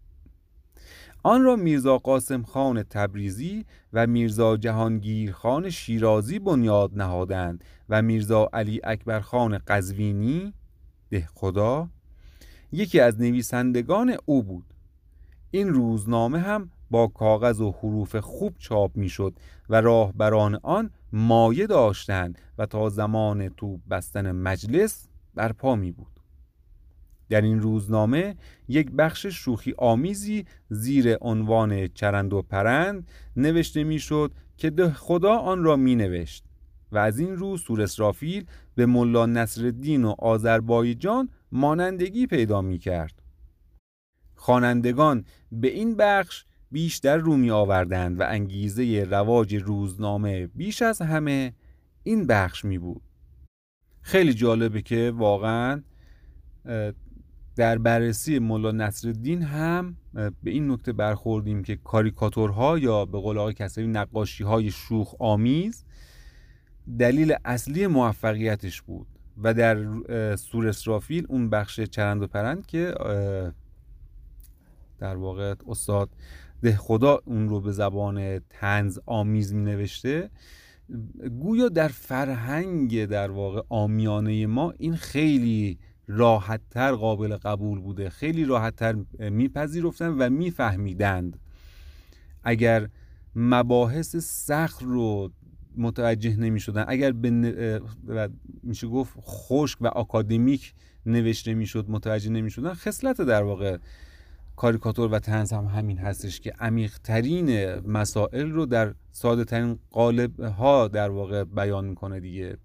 آن را میرزا قاسم خان تبریزی و میرزا جهانگیر خان شیرازی بنیاد نهادند و میرزا علی اکبر خان قزوینی دهخدا یکی از نویسندگان او بود. این روزنامه هم با کاغذ و حروف خوب چاپ میشد و راهبران آن مایه داشتند و تا زمان توپ بستن مجلس برپا می بود. در این روزنامه یک بخش شوخی آمیزی زیر عنوان چرند و پرند نوشته میشد که دهخدا آن را می نوشت و از این رو سور اسرافیل به ملا نصرالدین و آذربایجان مانندگی پیدا می کرد. خوانندگان به این بخش بیشتر رو می آوردند و انگیزه رواج روزنامه بیش از همه این بخش می بود. خیلی جالبه که واقعا در بررسی ملا نصرالدین هم به این نکته برخوردیم که کاریکاتورها یا به قول آقای کسروی نقاشی‌های شوخ آمیز دلیل اصلی موفقیتش بود و در سور اسرافیل اون بخش چرند و پرند که در واقع استاد دهخدا اون رو به زبان طنز آمیز می نوشته، گویا در فرهنگ در واقع عامیانه ما این خیلی راحت‌تر قابل قبول بوده، خیلی راحت‌تر میپذیرفتن و میفهمیدند. اگر مباحث سخت رو متوجه نمی‌شدن، اگر میشه گفت خشک و آکادمیک نوشته میشد متوجه نمی‌شدن، خصلت در واقع کاریکاتور و طنز هم همین هستش که عمیق‌ترین مسائل رو در ساده‌ترین قالب‌ها در واقع بیان می‌کنه دیگه.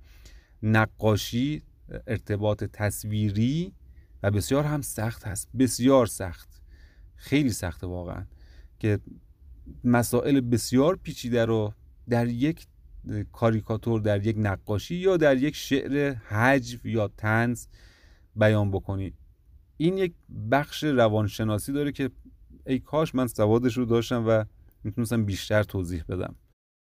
نقاشی ارتباط تصویری و بسیار هم سخت هست، بسیار سخت، خیلی سخته واقعا که مسائل بسیار پیچیده رو در یک کاریکاتور، در یک نقاشی یا در یک شعر هجو یا طنز بیان بکنی. این یک بخش روانشناسی داره که ای کاش من سوادش رو داشتم و میتونستم بیشتر توضیح بدم.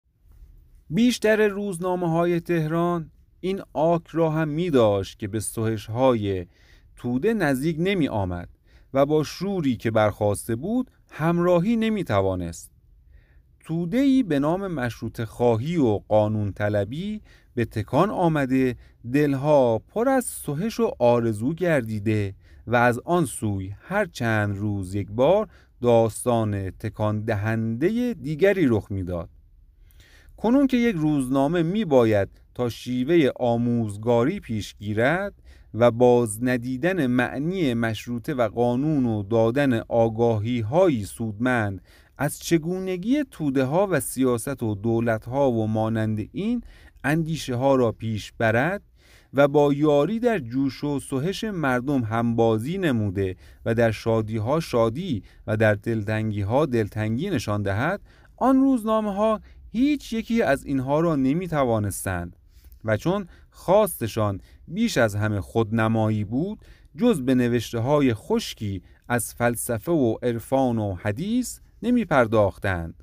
بیشتر روزنامه‌های تهران این آک را هم می داشت که به سهش‌های توده نزدیک نمی آمد و با شوری که برخاسته بود همراهی نمی توانست. توده‌ای به نام مشروطه خواهی و قانون طلبی به تکان آمده، دلها پر از سهش و آرزو گردیده و از آن سوی هر چند روز یک بار داستان تکان دهنده دیگری رخ می داد. کنون که یک روزنامه می باید تا شیوه آموزگاری پیش گیرد و باز ندیدن معنی مشروطه و قانون و دادن آگاهی هایی سودمند از چگونگی توده ها و سیاست و دولت ها و مانند این اندیشه ها را پیش برد و با یاری در جوش و سهش مردم همبازی نموده و در شادی ها شادی و در دلتنگی ها دلتنگی نشان دهد، آن روزنامه ها هیچ یکی از اینها را نمی توانستند و چون خواستشان بیش از همه خودنمایی بود، جز به نوشته های خشکی از فلسفه و عرفان و حدیث نمی پرداختند.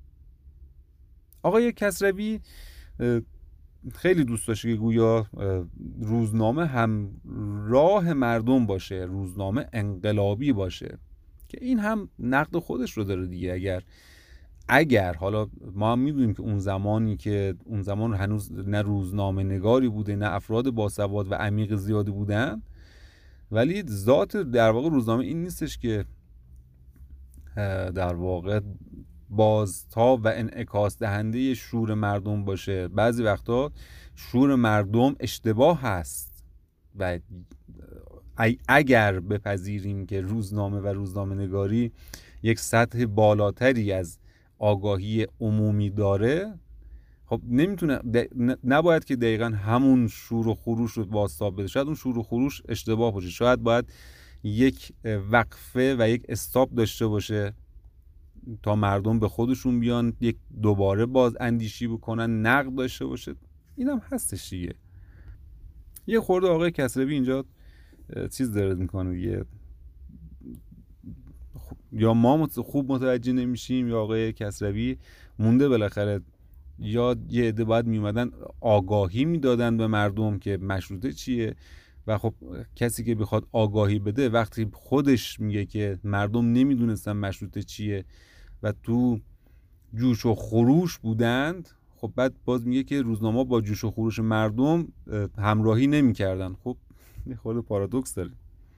آقای کسروی خیلی دوست داشته که گویا روزنامه هم راه مردم باشه، روزنامه انقلابی باشه، که این هم نقد خودش رو داره دیگه. اگر حالا ما هم میدونیم که اون زمان هنوز نه روزنامه نگاری بوده، نه افراد باسواد و عمیق زیادی بودن، ولی ذات در واقع روزنامه این نیستش که در واقع بازتاب و انعکاس دهنده شور مردم باشه. بعضی وقتا شور مردم اشتباه هست و اگر بپذیریم که روزنامه و روزنامه نگاری یک سطح بالاتری از آگاهی عمومی داره، خب نباید که دقیقا همون شور و خروش رو بازتاب بده. شاید اون شور و خروش اشتباه باشه، شاید باید یک وقفه و یک استاپ داشته باشه تا مردم به خودشون بیان، یک دوباره باز اندیشی بکنن، نقد داشته باشه. اینم هستش دیگه. یه خورده آقای کسروی اینجا چیز داره میکنه دیگه، یا ما خوب متوجه نمیشیم یا آقای کسروی مونده بالاخره، یا یه عده باید میومدن آگاهی میدادن به مردم که مشروطه چیه، و خب کسی که بخواد آگاهی بده وقتی خودش میگه که مردم نمیدونستن مشروطه چیه و تو جوش و خروش بودند، خب بعد باز میگه که روزنامه با جوش و خروش مردم همراهی نمیکردن. خب یه خورده پارادوکس داره.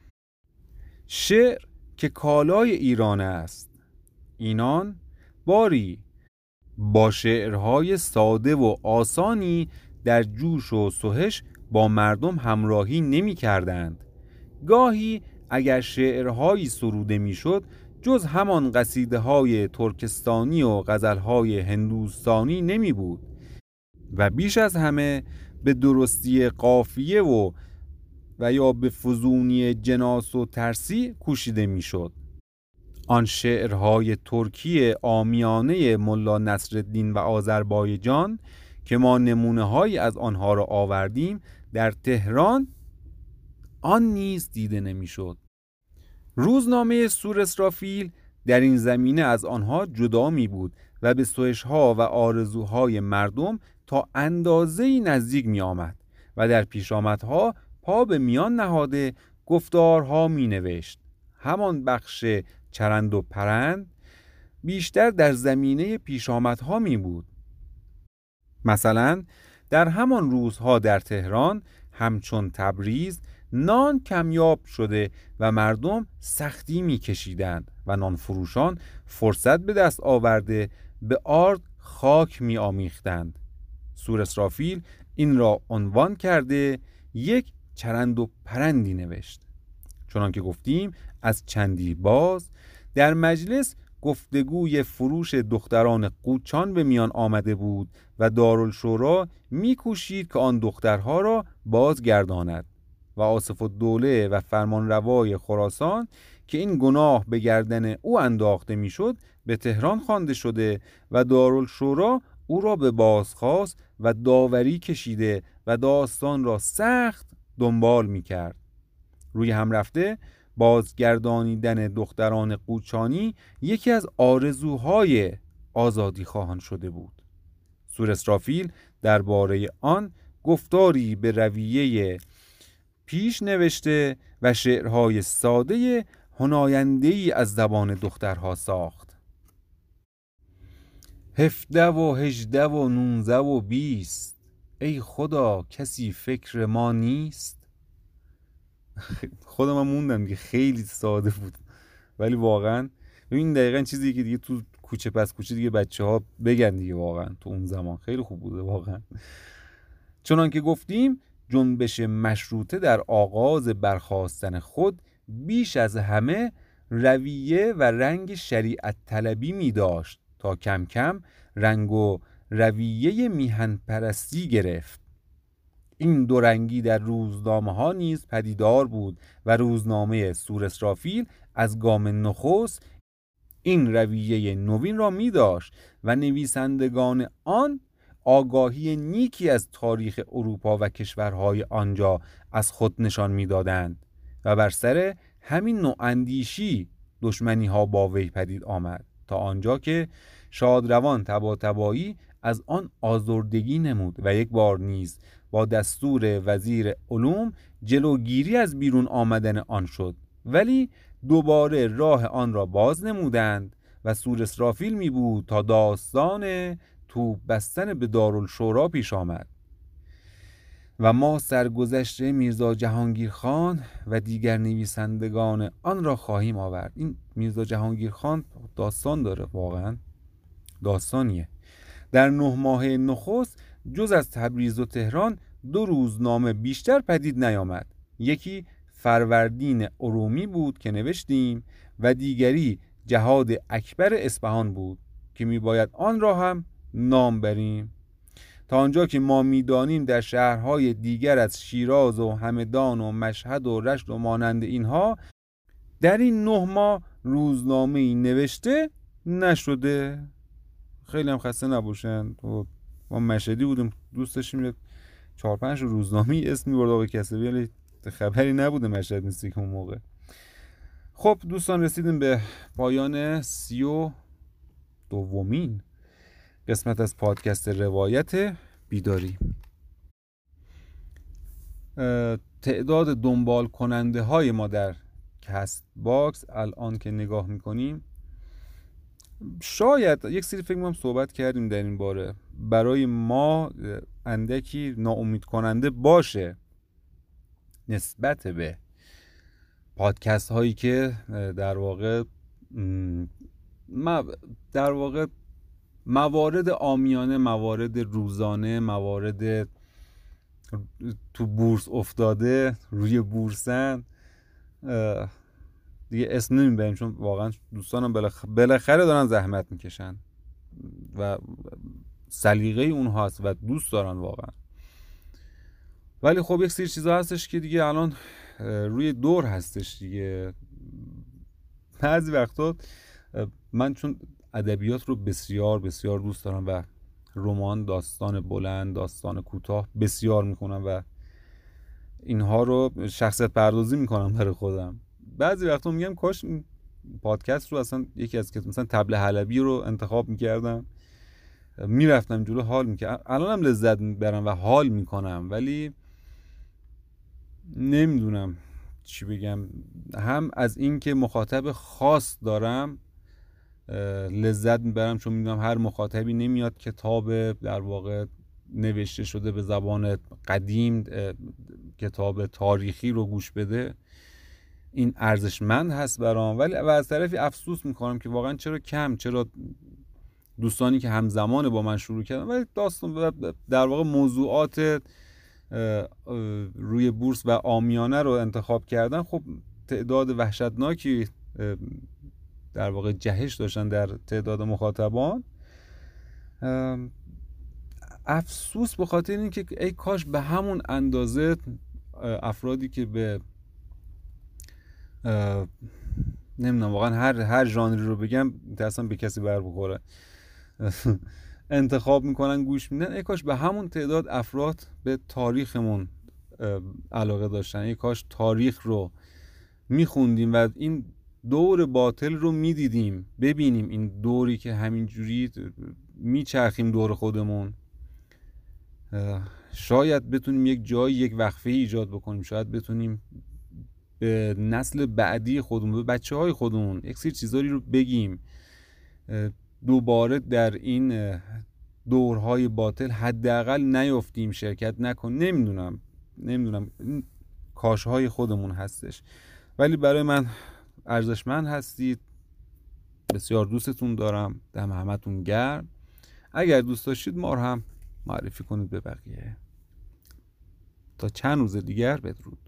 شعر که کالای ایران است، اینان باری با شعرهای ساده و آسانی در جوش و سهش با مردم همراهی نمی کردند. گاهی اگر شعرهایی سروده می شد جز همان قصیده های ترکستانی و غزلهای هندوستانی نمی بود و بیش از همه به درستی قافیه و یا به فزونی جناس و ترسی کوشیده می شد. آن شعرهای ترکی عامیانه ملا نصرالدین و آذربایجان که ما نمونه‌هایی از آنها را آوردیم، در تهران آن نیز دیده نمی‌شد. روزنامه سور اسرافیل در این زمینه از آنها جدا می بود و به سوشها و آرزوهای مردم تا اندازه‌ای نزدیک می آمد و در پیشامدها پا به میان نهاده گفتارها می نوشت. همان بخش چرند و پرند بیشتر در زمینه پیشامدها می بود. مثلا در همان روزها در تهران همچون تبریز نان کمیاب شده و مردم سختی می کشیدند و نان فروشان فرصت به دست آورده به آرد خاک می آمیختند. سور اسرافیل این را عنوان کرده یک چرند و پرندی نوشت. چنان که گفتیم از چندی باز در مجلس گفتگوی فروش دختران قوچان به میان آمده بود و دارالشورا می‌کوشید که آن دخترها را بازگرداند و آصف الدوله و فرمانروای خراسان که این گناه به گردن او انداخته میشد به تهران خوانده شده و دارالشورا او را به بازخواست و داوری کشیده و داستان را سخت دنبال می‌کرد. روی هم رفته بازگردانیدن دختران قوچانی یکی از آرزوهای آزادی خواهان شده بود. سور اسرافیل درباره آن گفتاری به رویه پیش نوشته و شعرهای ساده حناینده‌ای از زبان دخترها ساخت. 17 و 18 و 19 و 20 ای خدا کسی فکر ما نیست. خودم موندم دیگه، خیلی ساده بود ولی واقعا این دقیقاً چیزی که دیگه تو کوچه پس کوچه دیگه بچه‌ها بگن دیگه، واقعا تو اون زمان خیلی خوب بوده واقعا. چنان که گفتیم جنبش مشروطه در آغاز برخاستن خود بیش از همه رویه و رنگ شریعت طلبی می داشت تا کم کم رنگ و رویه میهن پرستی گرفت. این دو رنگی در روزنامه ها نیز پدیدار بود و روزنامه سور اسرافیل از گام نخست این رویه نوین را می داشت و نویسندگان آن آگاهی نیکی از تاریخ اروپا و کشورهای آنجا از خود نشان می دادند و بر سر همین نوع اندیشی دشمنی ها با وی پدید آمد تا آنجا که شادروان طباطبایی از آن آزردگی نمود و یک بار نیز با دستور وزیر علوم جلوگیری از بیرون آمدن آن شد، ولی دوباره راه آن را باز نمودند و سور اسرافیل می بود تا داستان توپ بستن به دارالشورا پیش آمد و ما سرگذشت میرزا جهانگیر خان و دیگر نویسندگان آن را خواهیم آورد. این میرزا جهانگیر خان داستان داره، واقعا داستانیه. در 9 ماه نخست جز از تبریز و تهران 2 روزنامه بیشتر پدید نیامد. یکی فروردین ارومی بود که نوشتیم و دیگری جهاد اکبر اصفهان بود که میباید آن را هم نام بریم. تا آنجا که ما میدانیم در شهرهای دیگر از شیراز و همدان و مشهد و رشت و مانند اینها در این 9 ماه روزنامه‌ای نوشته نشده. خیلی هم خسته نباشن. ما مشهدی بودیم، دوست داشتیم 4-5 روزنامه‌ای اسم می‌برد آقای کسبی، ولی خبری نبوده مشهد نیستی که اون موقع. خب دوستان، رسیدیم به پایان 32مین قسمت از پادکست روایت بیداری. تعداد دنبال کننده های ما در کست باکس الان که نگاه میکنیم، شاید یک سری فکر می‌کنم صحبت کردیم در این باره، برای ما اندکی ناامید کننده باشه نسبت به پادکست هایی که در واقع موارد عامیانه، موارد روزانه، موارد تو بورس افتاده، روی بورسن، دیگه اسم نمیبریم چون واقعا دوستانم بالاخره دارن زحمت میکشن و سلیقه اونهاست و دوست دارن واقعا. ولی خب یک سری چیزا هستش که دیگه الان روی دور هستش دیگه. بعضی وقتا من چون ادبیات رو بسیار بسیار دوست دارم و رمان، داستان بلند، داستان کوتاه بسیار میخونم و اینها رو شخصیت پردازی میکنم برای خودم. بعضی وقتا میگم کاش این پادکست رو اصلا یکی از مثلا طبل حلبی رو انتخاب میکردم، میرفتم جلو، حال میکردم. الانم لذت میبرم و حال میکنم، ولی نمیدونم چی بگم. هم از این که مخاطب خاص دارم لذت میبرم، چون میدونم هر مخاطبی نمیاد کتاب در واقع نوشته شده به زبان قدیم، کتاب تاریخی رو گوش بده. این ارزشمند هست برام، ولی از طرفی افسوس میکنم که واقعا چرا دوستانی که همزمان با من شروع کردن ولی داستان در واقع موضوعات روی بورس و عامیانه رو انتخاب کردن، خب تعداد وحشتناکی در واقع جهش داشتن در تعداد مخاطبان. افسوس به خاطر این که ای کاش به همون اندازه افرادی که به نمیدونم واقعا هر ژانری رو بگم اصلا به کسی بر بخوره انتخاب میکنن گوش میدن، ای کاش به همون تعداد افراد به تاریخمون علاقه داشتن، ای کاش تاریخ رو میخوندیم و این دور باطل رو میدیدیم، ببینیم این دوری که همینجوری میچرخیم دور خودمون. شاید بتونیم یک جایی یک وقفه ایجاد بکنیم، شاید بتونیم به نسل بعدی خودمون، به بچه های خودمون یک سری چیزایی رو بگیم، دوباره در این دورهای باطل حداقل نیفتیم، شرکت نکنیم. نمیدونم این کاشهای خودمون هستش، ولی برای من ارزشمند هستید. بسیار دوستتون دارم. دم همتون گرم. اگر دوست داشتید ما رو هم معرفی کنید به بقیه. تا چند روز دیگر، بدرود.